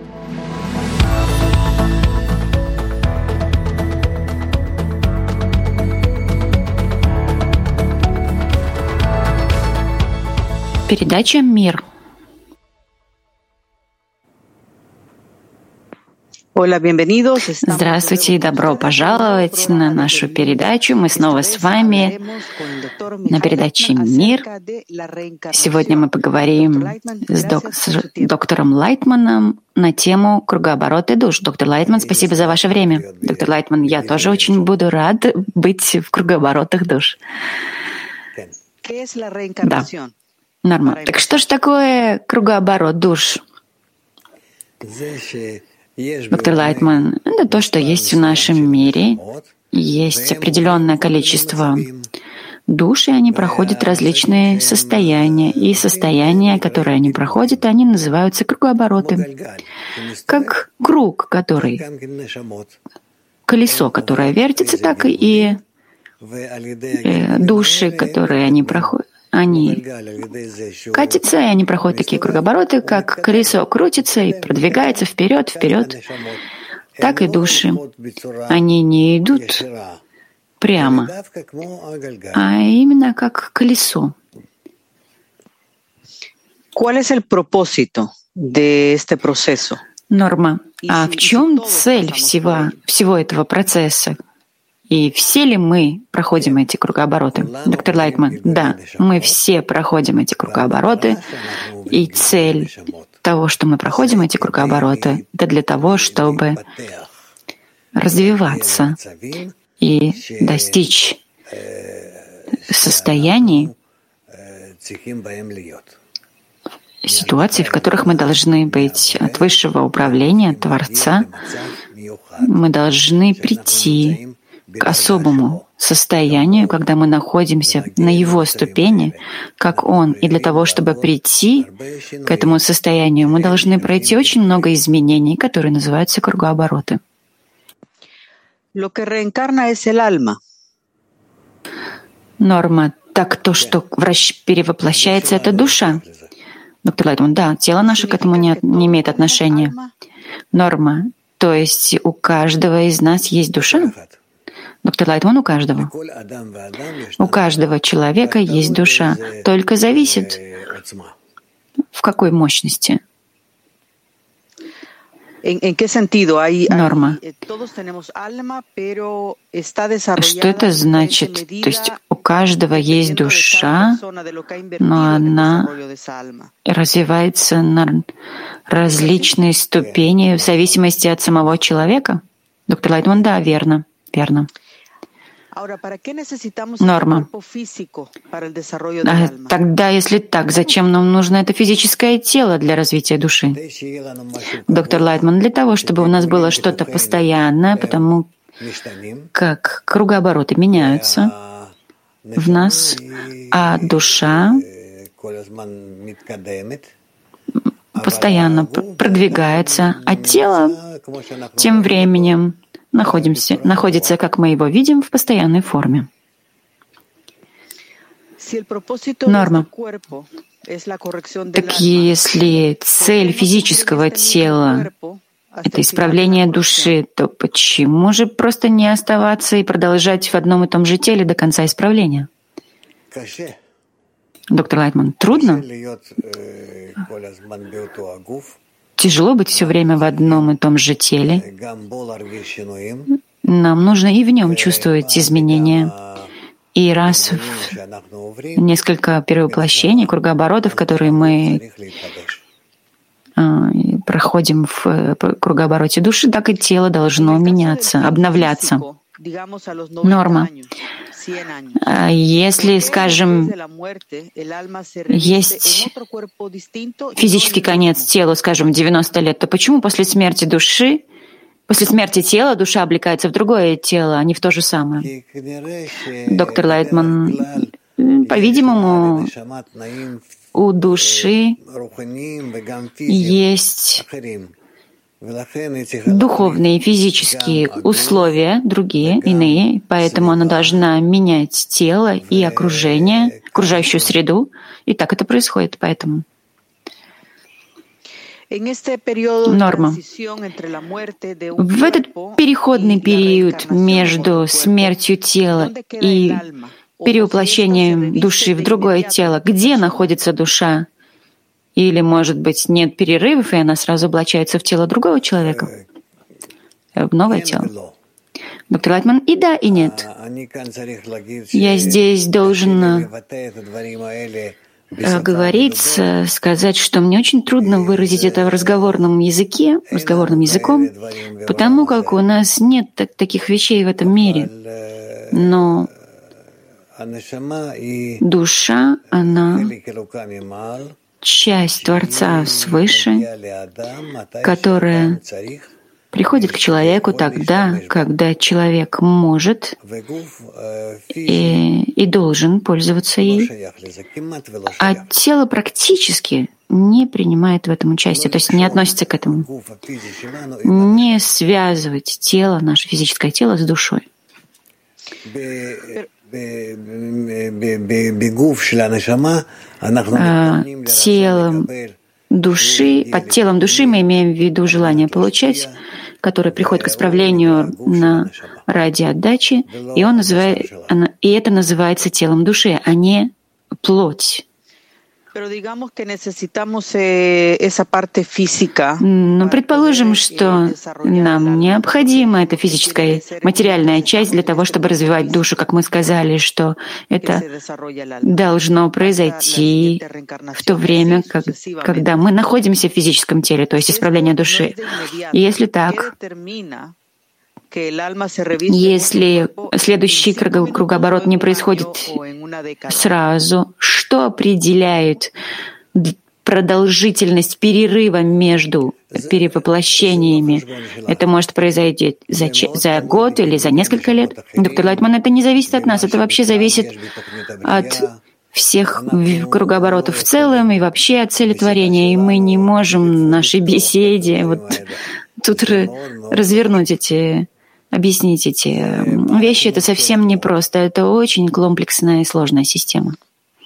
Передача «Мир». Здравствуйте и добро пожаловать на нашу передачу. Мы снова с вами на передаче «Мир». Сегодня мы поговорим с доктором Лайтманом на тему кругооборота душ. Доктор Лайтман, спасибо за ваше время. Доктор Лайтман, я тоже очень буду рад быть в кругооборотах душ. Да. Нормально. Так что же такое кругооборот душ? Доктор Лайтман, это то, что есть в нашем мире. Есть определенное количество душ, и они проходят различные состояния. И состояния, которые они проходят, они называются кругообороты. Как круг, который, колесо, которое вертится, так и души, которые они проходят. Они катятся, и они проходят такие кругообороты, как колесо крутится и продвигается вперед, так и души. Они не идут прямо, а именно как колесо. Норма. А в чем цель всего этого процесса? И все ли мы проходим эти кругообороты? Доктор Лайтман, да, мы все проходим эти кругообороты, и цель того, что мы проходим эти кругообороты, это для того, чтобы развиваться и достичь состояний, ситуаций, в которых мы должны быть от высшего управления, от Творца. Мы должны прийти к особому состоянию, когда мы находимся на Его ступени, как Он. И для того, чтобы прийти к этому состоянию, мы должны пройти очень много изменений, которые называются кругообороты. Норма. Так то, что перевоплощается, это душа. Доктор Лайтман, да, тело наше к этому не имеет отношения. Норма. То есть у каждого из нас есть душа? Доктор Лайтман, у каждого. У каждого человека есть душа. Только зависит, в какой мощности. Норма. Что это значит? То есть у каждого есть душа, но она развивается на различные ступени в зависимости от самого человека? Доктор Лайтман, да, верно. Норма. Тогда, если так, зачем нам нужно это физическое тело для развития души? Доктор Лайтман, для того, чтобы у нас было что-то постоянное, потому как кругообороты меняются в нас, а душа постоянно продвигается, а тело тем временем находится, как мы его видим, в постоянной форме. Норма. Так если цель физического тела — это исправление души, то почему же просто не оставаться и продолжать в одном и том же теле до конца исправления? Доктор Лайтман, трудно? Тяжело быть все время в одном и том же теле. Нам нужно и в нем чувствовать изменения. И раз в несколько перевоплощений, кругооборотов, которые мы проходим в кругообороте души, так и тело должно меняться, обновляться. Норма. Если, скажем, есть физический конец телу, скажем, 90 лет, то почему после смерти тела душа облекается в другое тело, а не в то же самое? Доктор Лайтман, по-видимому, у души есть духовные и физические условия, другие, иные, поэтому она должна менять тело и окружение, окружающую среду, и так это происходит, поэтому. Норма. В этот переходный период между смертью тела и перевоплощением души в другое тело, где находится душа? Или, может быть, нет перерывов, и она сразу облачается в тело другого человека, в новое тело? Доктор Лайтман, и да, и нет. Я здесь должен сказать, что мне очень трудно выразить это в разговорном языком, потому как у нас нет таких вещей в этом мире. Но душа, она часть Творца свыше, которая приходит к человеку тогда, когда человек может и должен пользоваться ей, а тело практически не принимает в этом участие, то есть не относится к этому. Не связывать тело, наше физическое тело, с душой. Телом души, под телом души мы имеем в виду желание получать, которое приходит к исправлению ради отдачи, и это называется телом души, а не плоть. Но предположим, что нам необходима эта физическая, материальная часть для того, чтобы развивать душу, как мы сказали, что это должно произойти в то время, когда мы находимся в физическом теле, то есть исправление души. И если так, если следующий кругооборот не происходит сразу, что определяет продолжительность перерыва между перевоплощениями? Это может произойти за год или за несколько лет. Доктор Лайтман, это не зависит от нас, это вообще зависит от всех кругооборотов в целом и вообще от цели творения. И мы не можем в нашей беседе вот тут объяснить эти вещи. Это совсем непросто. Это очень комплексная и сложная система.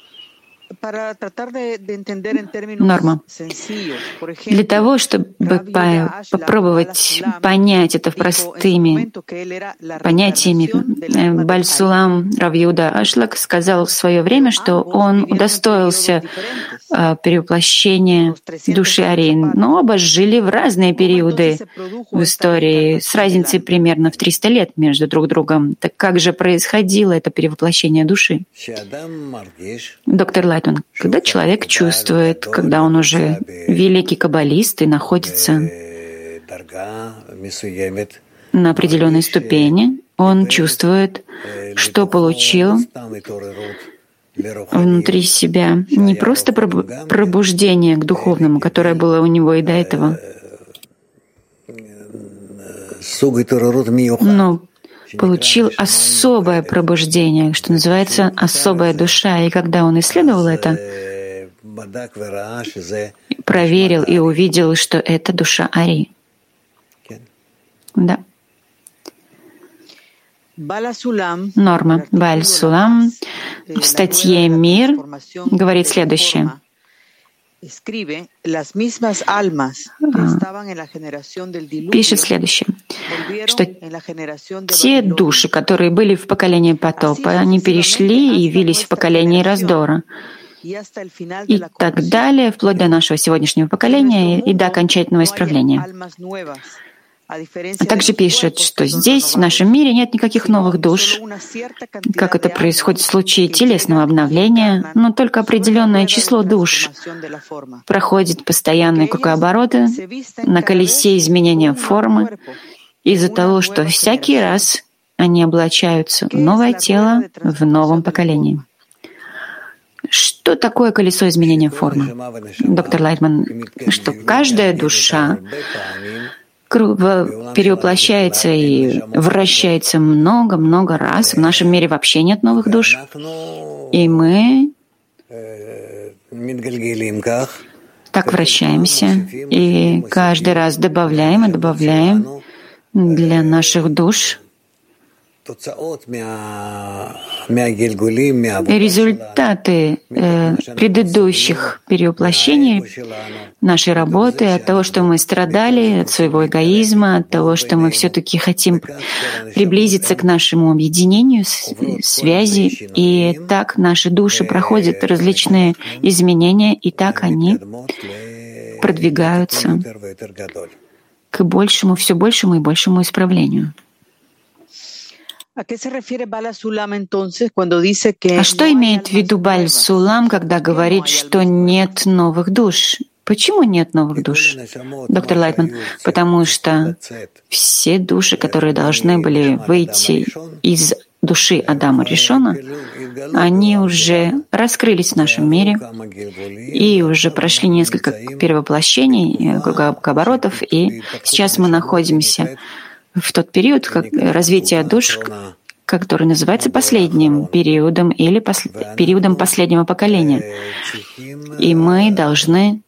Норма. Для того, чтобы попробовать понять это простыми понятиями, Бааль Сулам Рав Иуда Ашлак сказал в свое время, что он удостоился перевоплощения души Арии, но оба жили в разные периоды в истории, с разницей примерно в 300 лет между друг другом. Так как же происходило это перевоплощение души? Доктор Лайтман, когда человек чувствует, когда он уже великий каббалист и находится на определенной ступени, он чувствует, что получил внутри себя не просто пробуждение к духовному, которое было у него и до этого, но получил особое пробуждение, что называется особая душа. И когда он исследовал это, проверил и увидел, что это душа Арии. Да. Норма. Бааль Сулам в статье «Мир» говорит следующее. Пишет следующее, что те души, которые были в поколении потопа, они перешли и явились в поколении раздора. И так далее, вплоть до нашего сегодняшнего поколения и до окончательного исправления. А также пишет, что здесь, в нашем мире, нет никаких новых душ, как это происходит в случае телесного обновления, но только определенное число душ проходит постоянные кругообороты на колесе изменения формы из-за того, что всякий раз они облачаются в новое тело в новом поколении. Что такое колесо изменения формы? Доктор Лайтман, что каждая душа перевоплощается и вращается много-много раз. В нашем мире вообще нет новых душ. И мы так вращаемся. И каждый раз добавляем и добавляем для наших душ результаты предыдущих перевоплощений нашей работы, от того, что мы страдали, от своего эгоизма, от того, что мы все-таки хотим приблизиться к нашему объединению, связи. И так наши души проходят различные изменения, и так они продвигаются к большему, все большему и большему исправлению. А что имеет в виду Баль-Сулам, когда говорит, что нет новых душ? Почему нет новых душ, доктор Лайтман? Потому что все души, которые должны были выйти из души Адама Ришона, они уже раскрылись в нашем мире и уже прошли несколько перевоплощений, кругооборотов, и сейчас мы находимся в тот период как развития душ, который называется последним периодом или периодом последнего поколения. И мы должны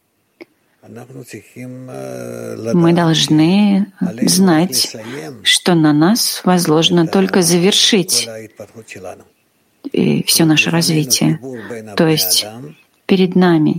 знать, что на нас возложено только завершить все наше развитие. То есть перед нами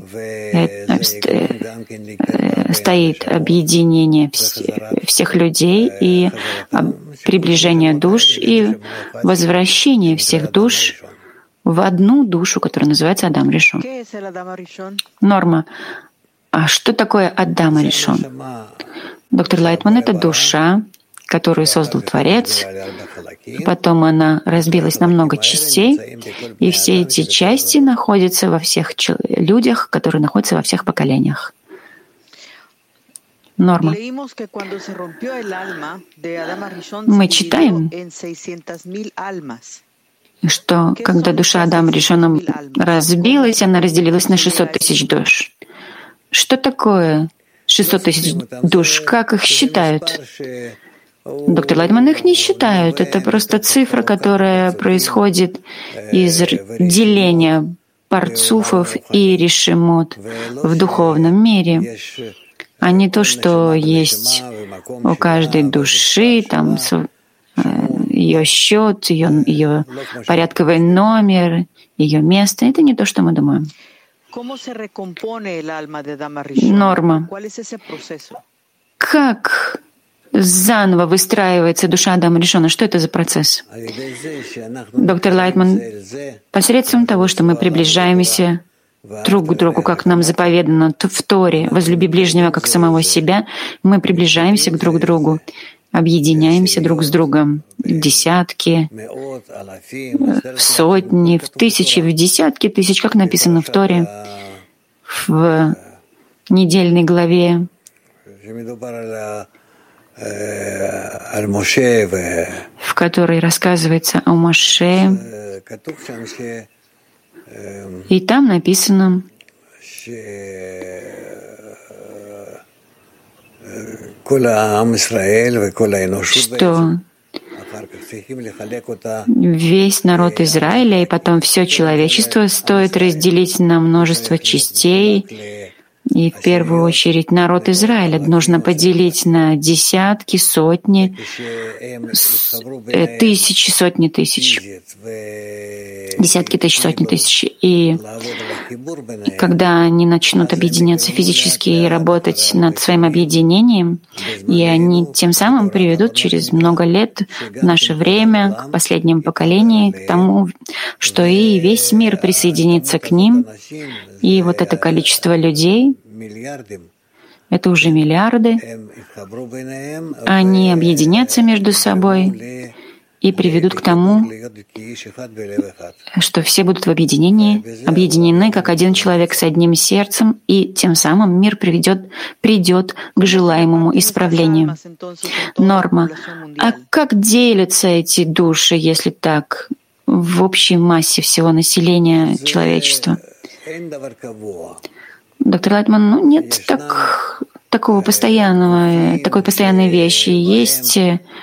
стоит объединение всех людей и приближение душ и возвращение всех душ в одну душу, которая называется Адам Ришон. Норма. А что такое Адам Ришон? Доктор Лайтман — это душа, которую создал Творец. Потом она разбилась на много частей, и все эти части находятся во всех людях, которые находятся во всех поколениях. Норма. Мы читаем, что когда душа Адама Ришона разбилась, она разделилась на 600 тысяч душ. Что такое 600 тысяч душ? Как их считают? Доктор Лайтман, их не считают. Это просто цифра, которая происходит из деления парцуфов и решимот в духовном мире, а не то, что есть у каждой души, там ее счет, ее порядковый номер, ее место. Это не то, что мы думаем. Норма. Как заново выстраивается душа Адама Ришона? Что это за процесс? Доктор Лайтман, посредством того, что мы приближаемся друг к другу, как нам заповедано в Торе, возлюби ближнего как самого себя, мы приближаемся друг к другу, объединяемся друг с другом в десятки, в сотни, в тысячи, в десятки тысяч, как написано в Торе, в недельной главе, в которой рассказывается о Моше. И там написано, что весь народ Израиля и потом все человечество стоит разделить на множество частей. И в первую очередь народ Израиля нужно поделить на десятки, сотни, тысячи, сотни тысяч. Десятки тысяч, сотни тысяч. И когда они начнут объединяться физически и работать над своим объединением, и они тем самым приведут через много лет в наше время, к последнему поколению, к тому, что и весь мир присоединится к ним. И вот это количество людей, это уже миллиарды, они объединятся между собой и приведут к тому, что все будут в объединены как один человек с одним сердцем, и тем самым мир придет к желаемому исправлению. Норма. А как делятся эти души, если так, в общей массе всего населения человечества? Доктор Лайтман, нет такой постоянной вещи. Есть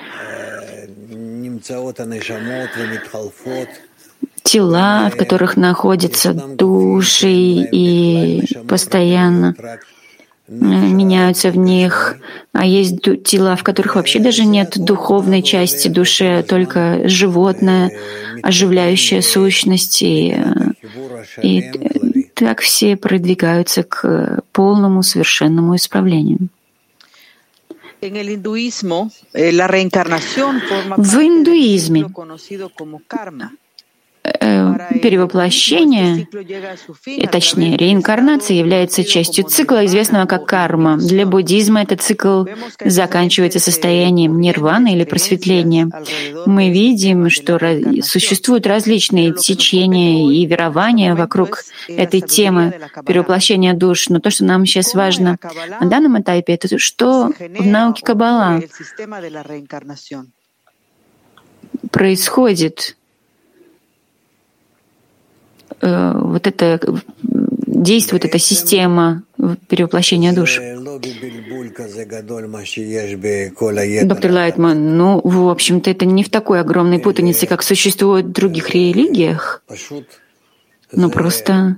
тела, в которых находятся души, и постоянно меняются в них А есть тела, в которых вообще даже нет духовной части души, а только животное, оживляющая сущность. И так все продвигаются к полному, совершенному исправлению. В индуизме перевоплощение, точнее реинкарнация, является частью цикла, известного как карма. Для буддизма этот цикл заканчивается состоянием нирваны или просветления. Мы видим, что существуют различные течения и верования вокруг этой темы перевоплощения душ. Но то, что нам сейчас важно на данном этапе, это что в науке Каббала происходит. Вот это действует эта система перевоплощения душ. Доктор Лайтман, в общем-то, это не в такой огромной путанице, как существует в других религиях, но просто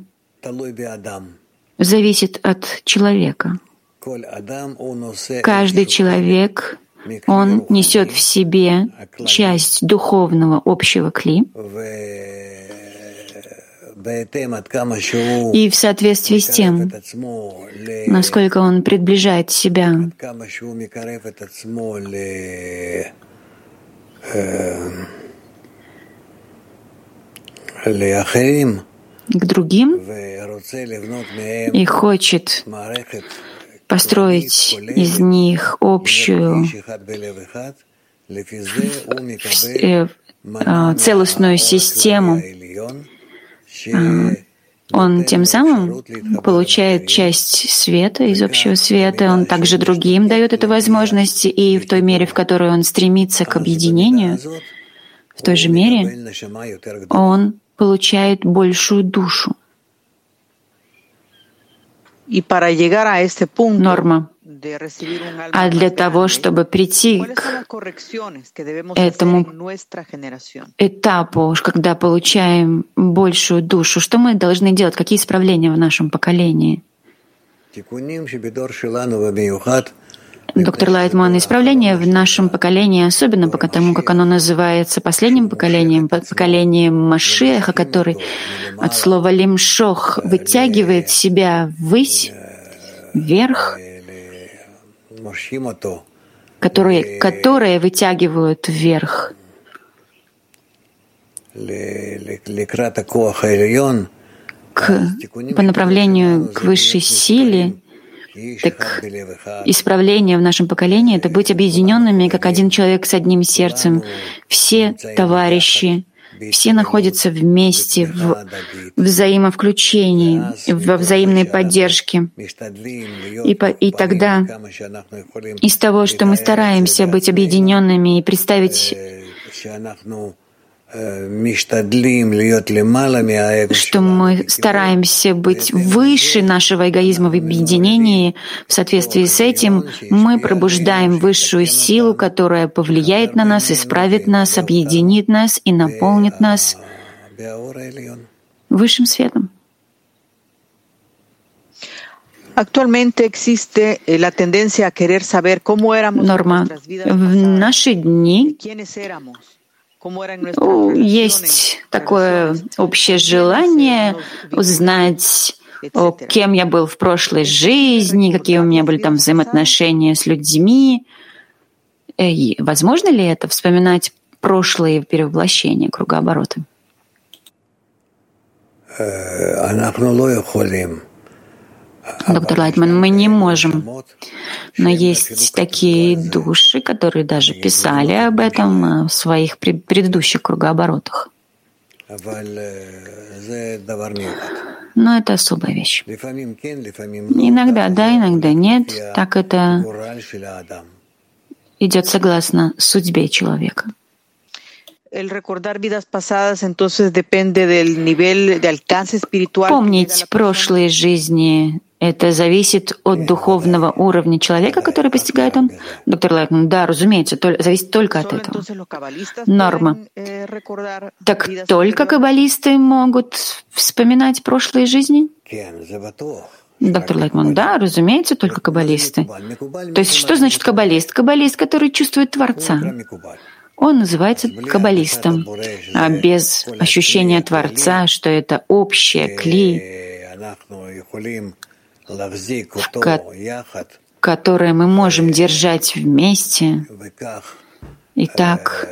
зависит от человека. Каждый человек, он несет в себе часть духовного общего кли, и в соответствии с тем, насколько он приближает себя к другим и хочет построить из них общую целостную систему, он тем самым получает часть света из общего света, он также другим дает эту возможность, и в той мере, в которой он стремится к объединению, в той же мере он получает большую душу. Норма. А для того, чтобы прийти к этому этапу, когда получаем большую душу, что мы должны делать? Какие исправления в нашем поколении? Доктор Лайтман, исправление в нашем поколении, особенно потому, как оно называется последним поколением, поколением Машиаха, который от слова «лимшох» вытягивает себя ввысь, вверх, которые вытягивают вверх по направлению к высшей силе. Так исправление в нашем поколении — это быть объединенными, как один человек с одним сердцем. Все товарищи, все находятся вместе в взаимовключении, во взаимной поддержке. И тогда из того, что мы стараемся быть объединенными и представить, что мы стараемся быть выше нашего эгоизма в объединении, в соответствии с этим мы пробуждаем высшую силу, которая повлияет на нас, исправит нас, объединит нас и наполнит нас высшим светом. Норма. В наши дни есть такое общее желание узнать, кем я был в прошлой жизни, какие у меня были там взаимоотношения с людьми. И возможно ли это, вспоминать прошлые перевоплощения, кругообороты? Доктор Лайтман, мы не можем, но есть такие души, которые даже писали об этом в своих предыдущих кругооборотах. Но это особая вещь. Иногда да, иногда нет. Так это идет согласно судьбе человека. Помнить прошлые жизни — это зависит от духовного уровня человека, который постигает он. Доктор Лайтман, да, разумеется, зависит только от этого. Норма. Так только каббалисты могут вспоминать прошлые жизни? Доктор Лайтман, да, разумеется, только каббалисты. То есть что значит каббалист? Каббалист, который чувствует Творца. Он называется каббалистом. А без ощущения Творца, что это общее кли, которое мы можем держать вместе, и так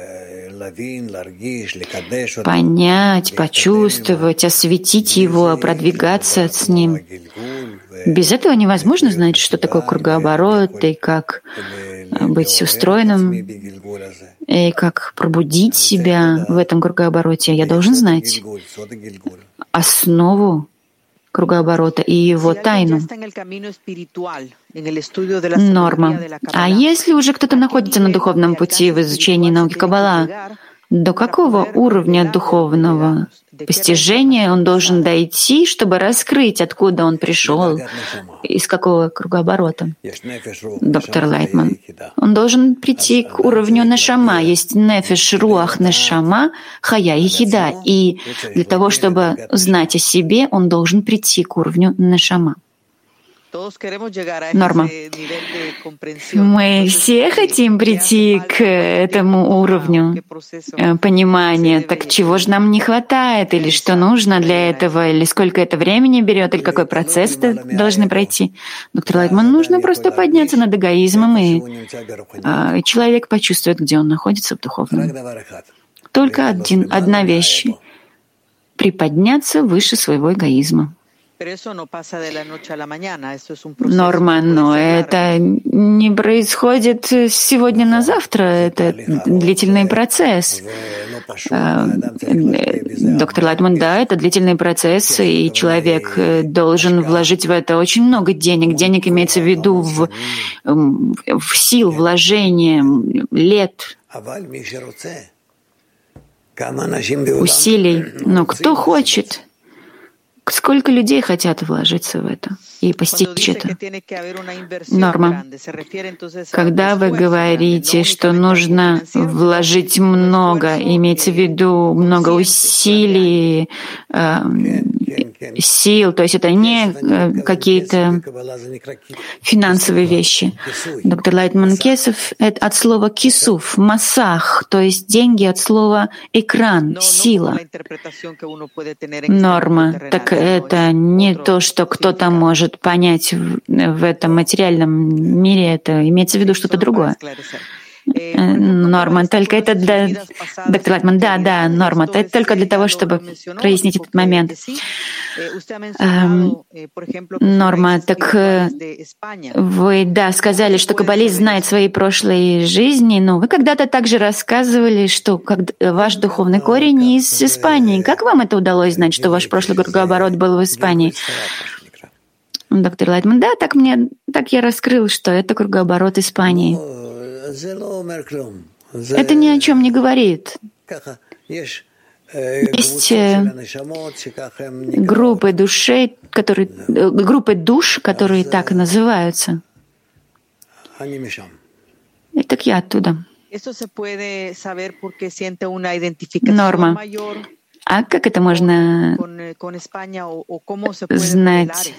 понять, почувствовать, осветить его, продвигаться с ним. Без этого невозможно знать, что такое кругооборот, и как быть устроенным, и как пробудить себя в этом кругообороте. Я должен знать основу кругооборота и его тайну. Норма. А если уже кто-то находится на духовном пути в изучении науки Каббала, до какого уровня духовного постижения он должен дойти, чтобы раскрыть, откуда он пришел, из какого кругооборота? Доктор Лайтман. Он должен прийти к уровню нешама. Есть нефеш, руах, нешама, хая и хида. И для того, чтобы знать о себе, он должен прийти к уровню нешама. Норма. Мы все хотим прийти к этому уровню понимания. Так чего же нам не хватает? Или что нужно для этого? Или сколько это времени берет? Или какой процесс должны пройти? Доктор Лайтман, нужно просто подняться над эгоизмом, и человек почувствует, где он находится в духовном. Только одна вещь — приподняться выше своего эгоизма. Норма, но это не происходит сегодня на завтра, это длительный процесс. Доктор Лайтман, да, это длительный процесс, и человек должен вложить в это очень много денег. Денег имеется в виду в сил, вложения, лет, усилий. Но кто хочет? Сколько людей хотят вложиться в это и постичь это? Норма. Когда вы говорите, что нужно вложить много, имеется в виду много усилий, сил, то есть это не какие-то финансовые вещи. Доктор Лайтман, кесов — это от слова кисуф, масах, то есть деньги от слова экран, сила. Норма. Так это не то, что кто-то может понять в этом материальном мире, это имеется в виду что-то другое. Норма, только это для... Доктор Лайтман, да, Норма, это только для того, чтобы прояснить этот момент. Норма, так вы, да, сказали, что каббалист знает свои прошлые жизни, но вы когда-то также рассказывали, что ваш духовный корень из Испании. Как вам это удалось знать, что ваш прошлый кругооборот был в Испании? Доктор Лайтман, да, так я раскрыл, что это кругооборот Испании. Это ни о чем не говорит. Есть группы душ, которые так и называются. И так я оттуда. Норма. А как это можно знать?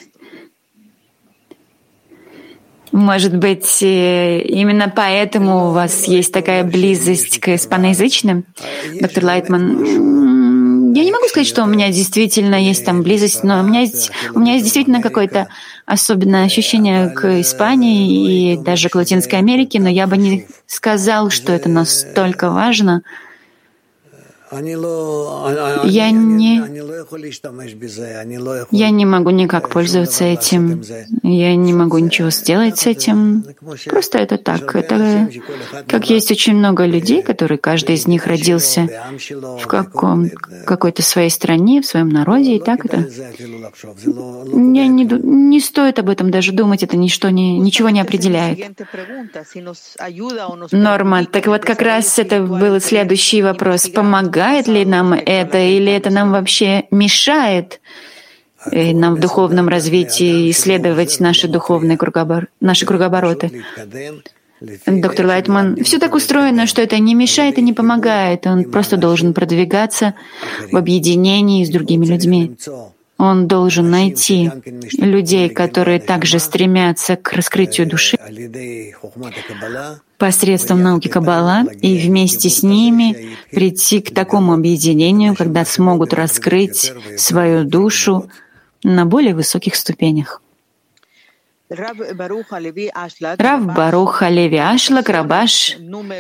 Может быть, именно поэтому у вас есть такая близость к испаноязычным? Доктор Лайтман, я не могу сказать, что у меня действительно есть там близость, но у меня есть действительно какое-то особенное ощущение к Испании и даже к Латинской Америке, но я бы не сказал, что это настолько важно. Я не могу никак пользоваться этим. Я не могу ничего сделать с этим. Просто это так. Это как есть очень много людей, которые каждый из них родился в какой-то своей стране, в своем народе, и так это. Не стоит об этом даже думать, это ничего не определяет. Норма. Так вот, как раз это был следующий вопрос. Помогает ли нам это, или это нам вообще мешает нам в духовном развитии исследовать наши кругообороты? Доктор Лайтман, все так устроено, что это не мешает и не помогает. Он просто должен продвигаться в объединении с другими людьми. Он должен найти людей, которые также стремятся к раскрытию души посредством науки Каббала, и вместе с ними прийти к такому объединению, когда смогут раскрыть свою душу на более высоких ступенях. Рав Барух Халеви Ашлак, Рабаш,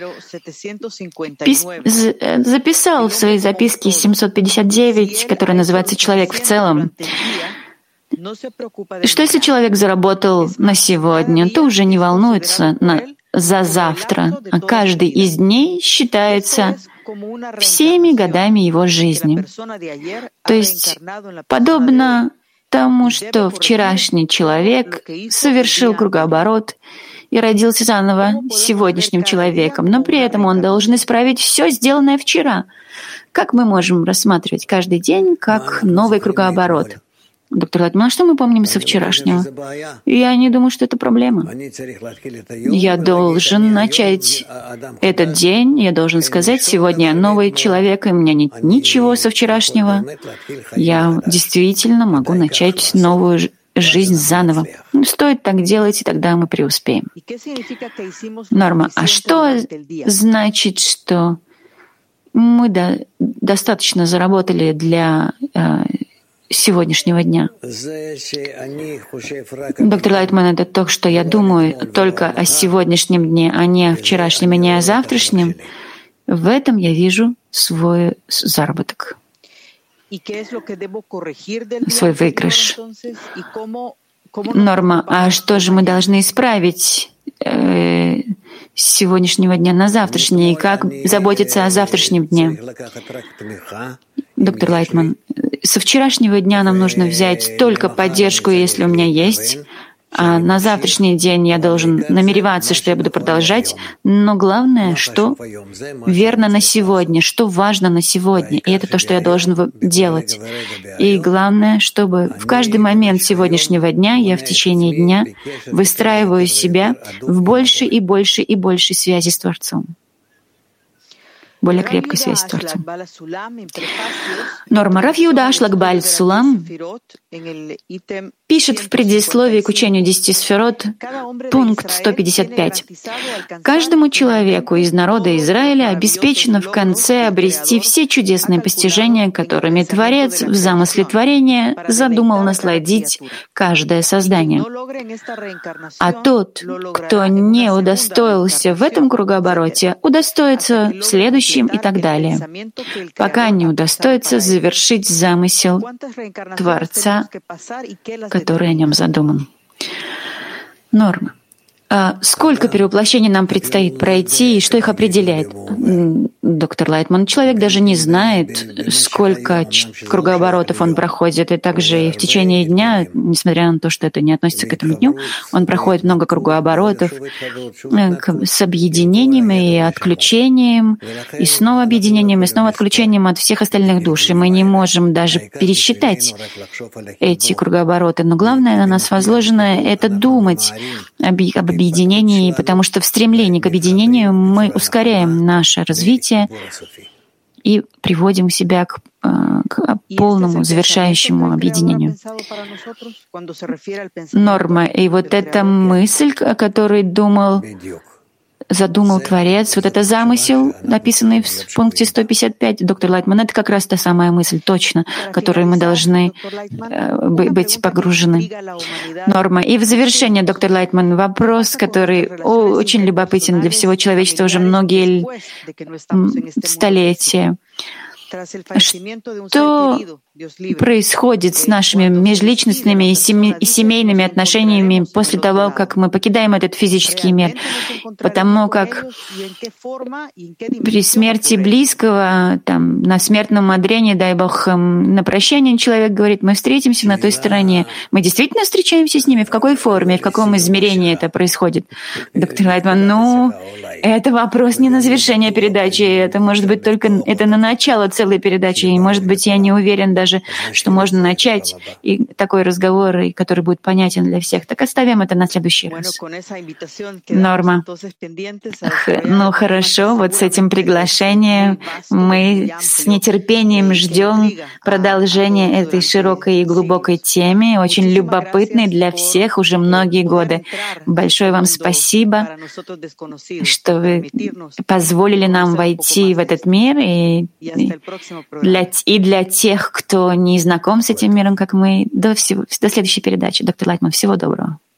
записал в своей записке 759, которая называется «Человек в целом». Что если человек заработал на сегодня, то уже не волнуется за завтра, а каждый из дней считается всеми годами его жизни. То есть, подобно тому, что вчерашний человек совершил кругооборот и родился заново сегодняшним человеком, но при этом он должен исправить все сделанное вчера. Как мы можем рассматривать каждый день как новый кругооборот? Доктор Лайтман, что мы помним со вчерашнего? Я не думаю, что это проблема. Я должен начать этот день, я должен сказать, сегодня я новый человек, и у меня нет ничего со вчерашнего. Я действительно могу начать новую жизнь заново. Стоит так делать, и тогда мы преуспеем. Норма. А что значит, что мы достаточно заработали для сегодняшнего дня? Доктор Лайтман, это то, что я думаю только о сегодняшнем дне, а не о вчерашнем и не о завтрашнем. В этом я вижу свой заработок, свой выигрыш. Норма. А что же мы должны исправить с сегодняшнего дня на завтрашний? И как заботиться о завтрашнем дне? Доктор Лайтман, со вчерашнего дня нам нужно взять только поддержку, если у меня есть, а на завтрашний день я должен намереваться, что я буду продолжать, но главное, что верно на сегодня, что важно на сегодня, и это то, что я должен делать. И главное, чтобы в каждый момент сегодняшнего дня я в течение дня выстраиваю себя в большей и большей и большей связи с Творцом. Более крепкой связи с Творцом. Норма. Рав Юда Ашлак Бааль Сулам пишет в предисловии к учению 10 сферот, пункт 155. Каждому человеку из народа Израиля обеспечено в конце обрести все чудесные постижения, которыми Творец в замысле творения задумал насладить каждое создание. А тот, кто не удостоился в этом кругообороте, удостоится в следующем и так далее, пока не удостоится завершить замысел Творца, который о нем задуман. Норма. Сколько перевоплощений нам предстоит пройти, и что их определяет? Доктор Лайтман, человек даже не знает, сколько кругооборотов он проходит, и также и в течение дня, несмотря на то, что это не относится к этому дню, он проходит много кругооборотов с объединением и отключением, и снова объединением, и снова отключением от всех остальных душ. И мы не можем даже пересчитать эти кругообороты. Но главное на нас возложено — это думать об объединении, потому что в стремлении к объединению мы ускоряем наше развитие и приводим себя к полному, завершающему объединению. Норма. И вот эта мысль, о которой задумал Творец, вот это замысел, написанный в пункте 155, доктор Лайтман, это как раз та самая мысль, точно, в которой мы должны быть погружены. Норма. И в завершение, доктор Лайтман, вопрос, который очень любопытен для всего человечества уже многие столетия. Что происходит с нашими межличностными и семейными отношениями после того, как мы покидаем этот физический мир? Потому как при смерти близкого, на смертном одре, дай Бог, на прощание человек говорит, мы встретимся на той стороне. Мы действительно встречаемся с ними? В какой форме, в каком измерении это происходит? Доктор Лайтман, Это вопрос не на завершение передачи, это может быть только это на начало целой передачи. И, может быть, я не уверен даже, что можно начать и такой разговор, который будет понятен для всех. Так оставим это на следующий раз. Норма. Ну хорошо, вот с этим приглашением мы с нетерпением ждем продолжения этой широкой и глубокой темы, очень любопытной для всех уже многие годы. Большое вам спасибо, что вы позволили нам войти в этот мир, и для тех, кто не знаком с этим миром, как мы. До следующей передачи. Доктор Лайтман, всего доброго.